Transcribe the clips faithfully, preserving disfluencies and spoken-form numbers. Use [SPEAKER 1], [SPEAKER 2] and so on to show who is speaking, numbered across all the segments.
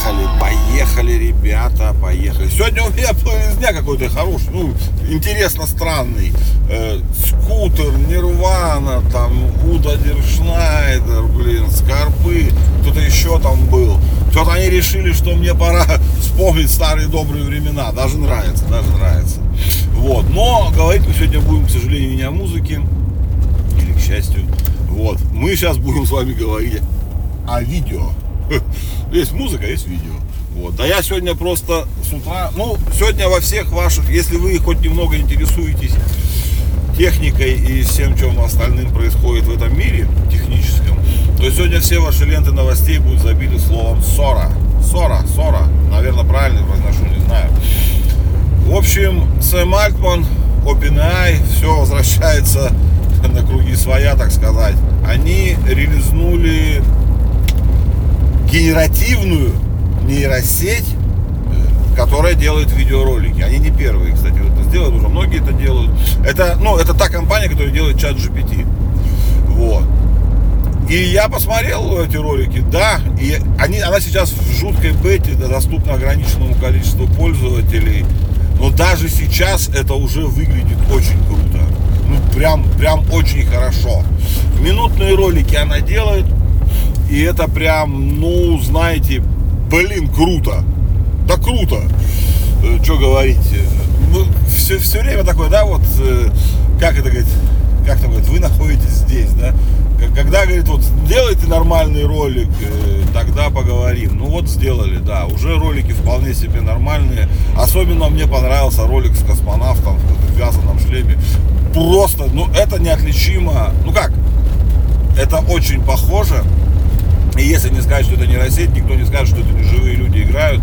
[SPEAKER 1] Поехали, поехали, ребята, поехали. Сегодня у меня из дня какой-то хороший, ну, интересно странный. Э, скутер, Нирвана, там, Уда Диршнайдер, блин, Скорпы, кто-то еще там был. Что-то они решили, что мне пора вспомнить старые добрые времена. Даже нравится, даже нравится. Вот, но говорить мы сегодня будем, к сожалению, не о музыке, или к счастью. Вот, мы сейчас будем с вами говорить о видео. Есть музыка, есть видео. Вот. А я сегодня просто с утра, ну, сегодня во всех ваших, если вы хоть немного интересуетесь техникой и всем, чем остальным происходит в этом мире техническом, то сегодня все ваши ленты новостей будут забиты словом ссора. Ссора, ссора, наверное, правильно произношу, не знаю. В общем, Сэм Альтман, OpenAI, все возвращается на круги своя, так сказать. Они релизнули генеративную нейросеть, которая делает видеоролики. Они не первые, кстати, это сделают, уже многие это делают. Это, ну, это та компания, которая делает чат джи пи ти. Вот. И я посмотрел эти ролики, да, и они, она сейчас в жуткой бете, доступна ограниченному количеству пользователей. Но даже сейчас это уже выглядит очень круто. Ну, прям, прям очень хорошо. Минутные ролики она делает. И это прям, ну, знаете, блин, круто. Да круто. Что говорить. Ну, все, все время такое, да, вот, как это говорит, как там говорит, вы находитесь здесь, да. Когда, говорит, вот, делайте нормальный ролик, тогда поговорим. Ну, вот сделали, да, уже ролики вполне себе нормальные. Особенно мне понравился ролик с космонавтом в вязаном шлеме. Просто, ну, это неотличимо. Ну, как? Это очень похоже. И если не сказать, что это нейросеть, никто не скажет, что это не живые люди играют.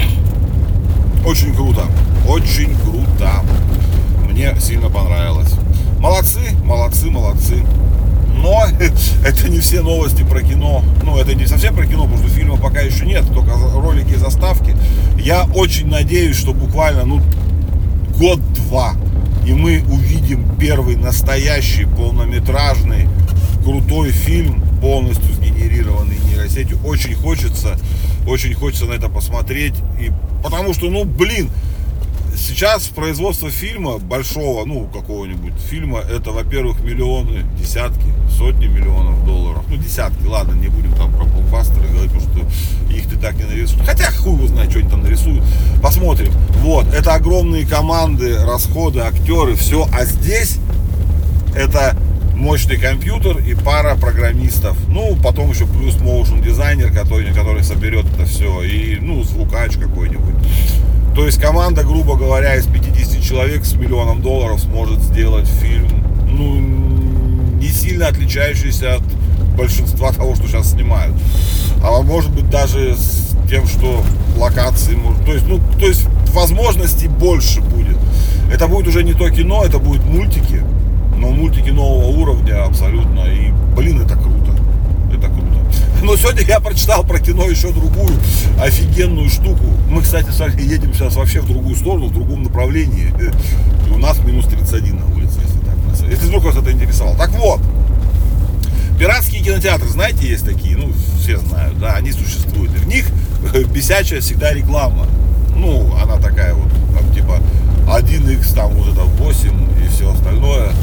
[SPEAKER 1] Очень круто. Очень круто. Мне сильно понравилось. Молодцы, молодцы, молодцы. Но это не все новости про кино. Ну, это не совсем про кино, потому что фильма пока еще нет, только ролики и заставки. Я очень надеюсь, что буквально, ну, год-два, и мы увидим первый настоящий полнометражный крутой фильм, полностью сгенерированный нейросетью. Очень хочется, очень хочется на это посмотреть. И потому что, ну, блин, сейчас производство фильма большого, ну, какого-нибудь фильма, это, во-первых, миллионы, десятки, сотни миллионов долларов. Ну, десятки, ладно, не будем там про блокбастеры говорить, потому что их ты так не нарисуешь. Хотя хуй его знает, что они там нарисуют. Посмотрим. Вот, это огромные команды, расходы, актеры, все. А здесь это мощный компьютер и пара программистов. Ну, потом еще плюс motion дизайнер, который, который соберет это все. И, ну, звукач какой-нибудь. То есть команда, грубо говоря, из пятидесяти человек с миллионом долларов сможет сделать фильм, ну, не сильно отличающийся от большинства того, что сейчас снимают. А может быть даже с тем, что локации, то есть, ну, то есть возможностей больше будет. Это будет уже не то кино, это будут мультики. Но мультики нового уровня абсолютно. И, блин, это круто. Это круто. Но сегодня я прочитал про кино еще другую офигенную штуку. Мы, кстати, с вами едем сейчас вообще в другую сторону, в другом направлении. И у нас минус тридцать один на улице, если так. Если вдруг вас это интересовало. Так вот. Пиратские кинотеатры, знаете, есть такие, ну, все знают, да, они существуют. И в них бесячая всегда реклама. Ну, она такая вот, там, типа, один икс, там, вот это восемь и все остальное.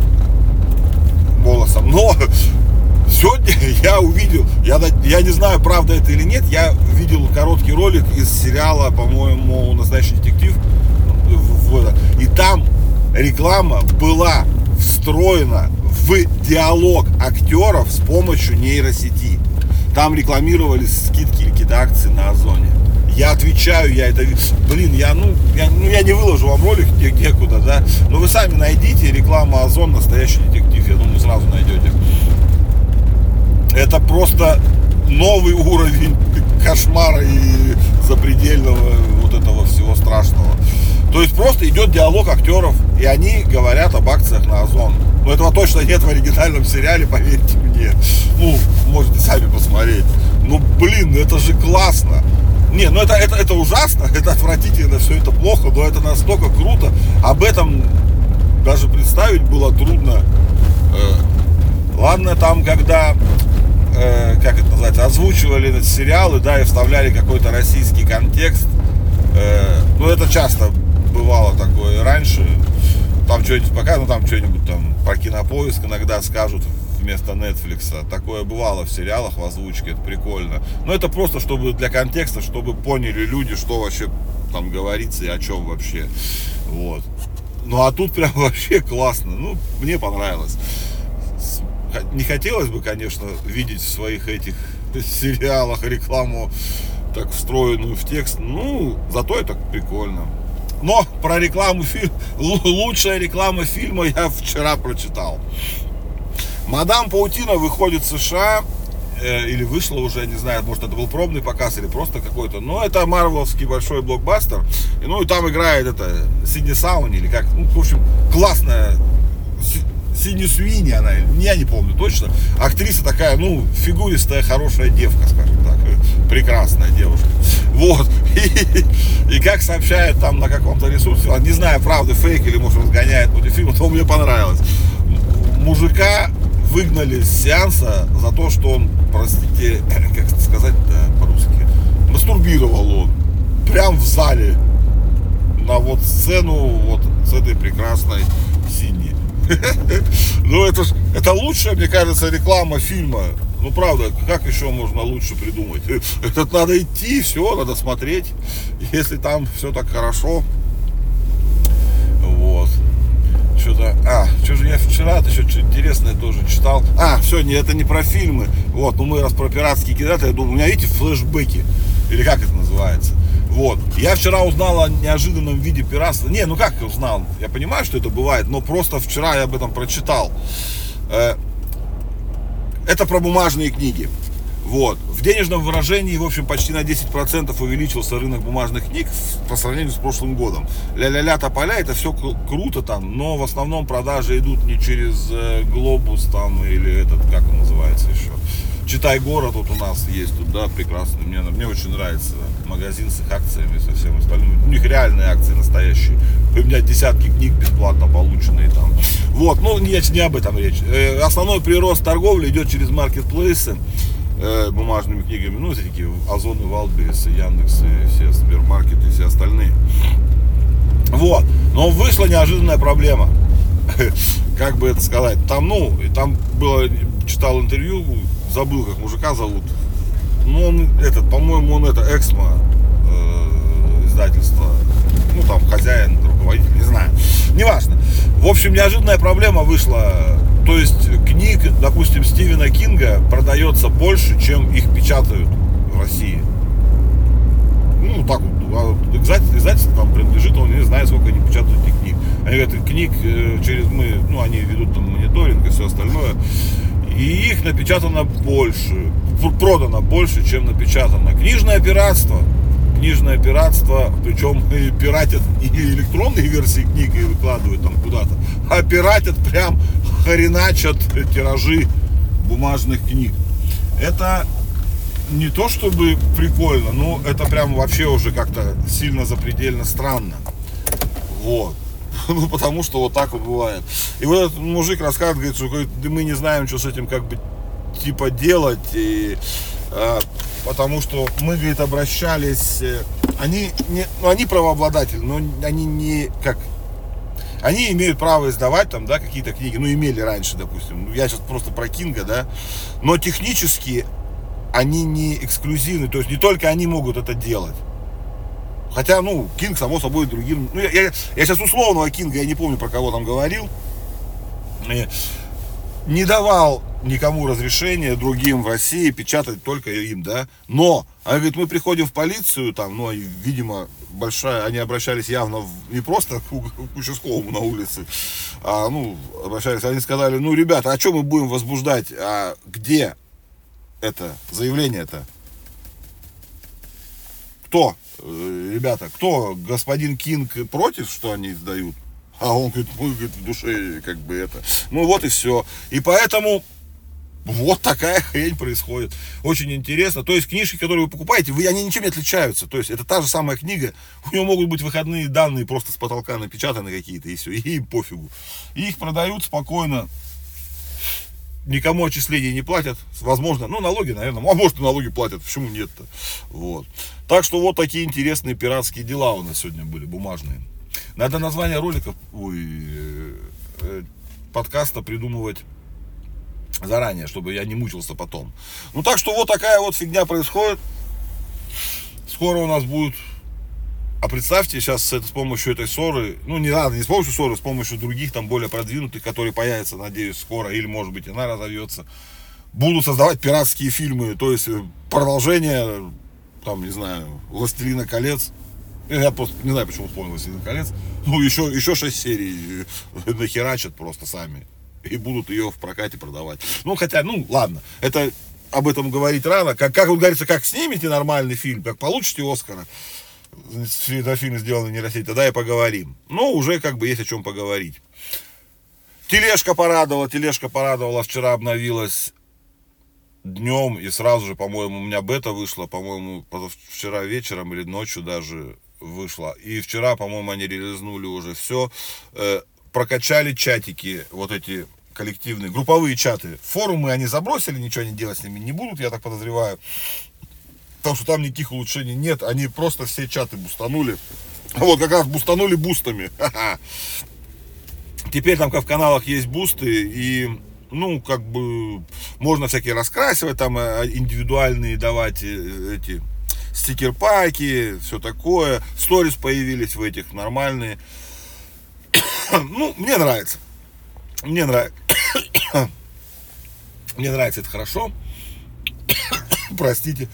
[SPEAKER 1] Голосом. Но сегодня я увидел, я, я не знаю, правда это или нет, я видел короткий ролик из сериала, по-моему, «Настоящий детектив». И там реклама была встроена в диалог актеров с помощью нейросети. Там рекламировались скидки или какие-то акции на Озоне. Я отвечаю, я это... Блин, я, ну, я, ну, я не выложу вам ролик где, где куда, да. Но вы сами найдите реклама Озон, «Настоящий детектив». Я думаю, сразу найдете. Это просто новый уровень кошмара и запредельного вот этого всего страшного. То есть просто идет диалог актеров, и они говорят об акциях на Озон. Но этого точно нет в оригинальном сериале, поверьте мне. Ну, можете сами посмотреть. Ну, блин, это же классно. Не, ну это, это, это ужасно, это отвратительно, все это плохо, но это настолько круто. Об этом даже представить было трудно. Ладно, там, когда э, как это называется, озвучивали сериалы, да, и вставляли какой-то российский контекст. Э, ну, это часто бывало такое раньше. Там что-нибудь показывают, ну, там что-нибудь там про Кинопоиск иногда скажут вместо Netflix. Такое бывало в сериалах, в озвучке, это прикольно. Но это просто чтобы для контекста, чтобы поняли люди, что вообще там говорится и о чем вообще. Вот. Ну а тут прям вообще классно. Ну, мне понравилось. Не хотелось бы, конечно, видеть в своих этих сериалах рекламу так встроенную в текст. Ну, зато это прикольно. Но про рекламу фильма, лучшая реклама фильма я вчера прочитал. Мадам Паутина выходит в США, э, или вышла уже, не знаю, может это был пробный показ или просто какой-то. Но это марвеловский большой блокбастер. И, ну и там играет это Сидни Сауни, или как, ну, в общем, классная Сидни Суини она, я не помню точно. Актриса такая, ну, фигуристая, хорошая девка, скажем так. Прекрасная девушка. Вот. И, и как сообщает там на каком-то ресурсе, не знаю, правда, фейк или, может, разгоняет против фильма, то мне понравилось. Мужика выгнали с сеанса за то, что он, простите, как сказать по-русски, мастурбировал он. Прям в зале. На вот сцену вот с этой прекрасной Сидни. Ну это ж, это лучшая, мне кажется, реклама фильма. Ну правда, как еще можно лучше придумать? Это надо идти, все, надо смотреть. Если там все так хорошо. Вот. Что-то, а, что же я вчера-то еще что-то интересное тоже читал. А, все, не, это не про фильмы. Вот, ну мы раз про пиратские кинотеатры, я думаю, у меня, видите, флешбеки. Или как это называется. Вот. Я вчера узнал о неожиданном виде пиратства. Не, ну как узнал? Я понимаю, что это бывает, но просто вчера я об этом прочитал. Это про бумажные книги. Вот. В денежном выражении, в общем, почти на десять процентов увеличился рынок бумажных книг по сравнению с прошлым годом. Ля-ля-ля тополя, это все круто там, но в основном продажи идут не через Глобус там или этот, как он называется еще. Читай город, вот у нас есть тут, да, прекрасный. Мне, мне очень нравится магазин с их акциями, со всем остальным. У них реальные акции настоящие. У меня десятки книг бесплатно полученные там. Вот, ну не, не об этом речь. Э, основной прирост торговли идет через маркетплейсы э, бумажными книгами. Ну, эти такие Озоны, Валберес, Яндекс, и все Сбермаркеты и все остальные. Вот. Но вышла неожиданная проблема. Как бы это сказать? Там, ну, там было, читал интервью, забыл, как мужика зовут. Ну, он, этот, по-моему, он это Эксмо э, издательство. Ну, там, хозяин, руководитель, не знаю. Неважно. В общем, неожиданная проблема вышла. То есть, книг, допустим, Стивена Кинга продается больше, чем их печатают в России. Ну, так вот. Издательство там принадлежит, он не знает, сколько они печатают этих книг. Они говорят, книг через мы, ну, они ведут там мониторинг и все остальное. И их напечатано больше, продано больше, чем напечатано. Книжное пиратство. Книжное пиратство, причем и пиратят и электронные версии книг и выкладывают там куда-то, а пиратят прям, хреначат тиражи бумажных книг. Это не то чтобы прикольно, но это прям вообще уже как-то сильно запредельно странно. Вот. Ну, потому что вот так вот бывает. И вот этот мужик рассказывает, говорит, что говорит, да мы не знаем, что с этим как бы типа делать. И, а, потому что мы, говорит, обращались. Они, не, ну, они правообладатели, но они не как. Они имеют право издавать там, да, какие-то книги. Ну, имели раньше, допустим. Я сейчас просто про Кинга, да. Но технически они не эксклюзивны. То есть не только они могут это делать. Хотя, ну, Кинг, само собой, другим. Ну, я, я, я сейчас условного Кинга, я не помню, про кого там говорил. Не давал никому разрешения другим в России печатать только им, да. Но, она говорит, мы приходим в полицию, там, ну, видимо, большая, они обращались явно в, не просто к, к участковому на улице, а, ну, обращались, они сказали, ну, ребята, а что мы будем возбуждать, а где это заявление-то? Кто? Ребята, кто, господин Кинг против, что они издают? А он говорит, мы, говорит, в душе как бы это. Ну вот и все. И поэтому вот такая хрень происходит. Очень интересно. То есть книжки, которые вы покупаете, вы, они ничем не отличаются. То есть это та же самая книга. У нее могут быть выходные данные просто с потолка напечатаны какие-то и все. И им пофигу. И их продают спокойно никому отчисления не платят, возможно, ну, налоги, наверное, а может, и налоги платят, почему нет-то, вот. Так что вот такие интересные пиратские дела у нас сегодня были, бумажные. Надо название роликов, ой, э, подкаста придумывать заранее, чтобы я не мучился потом. Ну, так что вот такая вот фигня происходит. Скоро у нас будет... А представьте, сейчас это, с помощью этой ссоры, ну не надо, не с помощью ссоры, с помощью других, там более продвинутых, которые появятся, надеюсь, скоро, или может быть она разовьется, будут создавать пиратские фильмы, то есть продолжение, там, не знаю, «Властелина колец». Я просто не знаю, почему вспомнил «Властелин колец». Ну, еще, еще шесть серий нахерачат просто сами и будут ее в прокате продавать. Ну, хотя, ну, ладно, это об этом говорить рано. Как, как вот говорится, как снимете нормальный фильм, как получите «Оскара», на фильме сделанный нейросеть, тогда и поговорим. Но уже как бы есть о чем поговорить. Тележка порадовала, тележка порадовала, вчера обновилась днем, и сразу же, по-моему, у меня бета вышла, по-моему, вчера вечером или ночью даже вышла. И вчера, по-моему, они релизнули уже все, э, прокачали чатики, вот эти коллективные, групповые чаты. Форумы они забросили, ничего они делать с ними не будут, я так подозреваю. Потому что там никаких улучшений нет, они просто все чаты бустанули. Вот, как раз бустанули бустами. Теперь там как в каналах есть бусты, и, ну, как бы, можно всякие раскрасивать, там индивидуальные давать эти стикер-паки, все такое. Сторис появились в этих нормальные. Ну, мне нравится. Мне нравится. Мне нравится, это хорошо. Простите.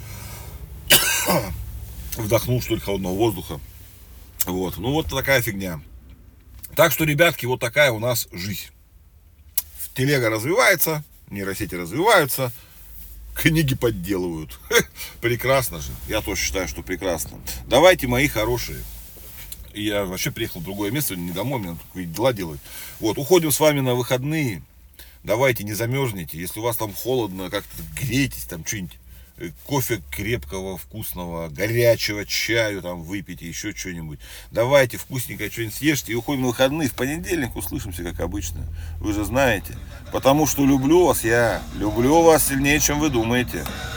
[SPEAKER 1] Вдохнул, что ли, холодного воздуха. Вот, ну вот такая фигня. Так что, ребятки, вот такая у нас жизнь. Телега развивается, нейросети развиваются, книги подделывают. Прекрасно же. Я тоже считаю, что прекрасно. Давайте, мои хорошие. Я вообще приехал в другое место, не домой, мне такие дела делать. Вот, уходим с вами на выходные. Давайте, не замерзните. Если у вас там холодно, как-то грейтесь, там что-нибудь. Кофе крепкого, вкусного, горячего, чаю там выпейте, еще что-нибудь. Давайте вкусненькое что-нибудь съешьте и уходим на выходные. В понедельник услышимся, как обычно. Вы же знаете. Потому что люблю вас я. Люблю вас сильнее, чем вы думаете.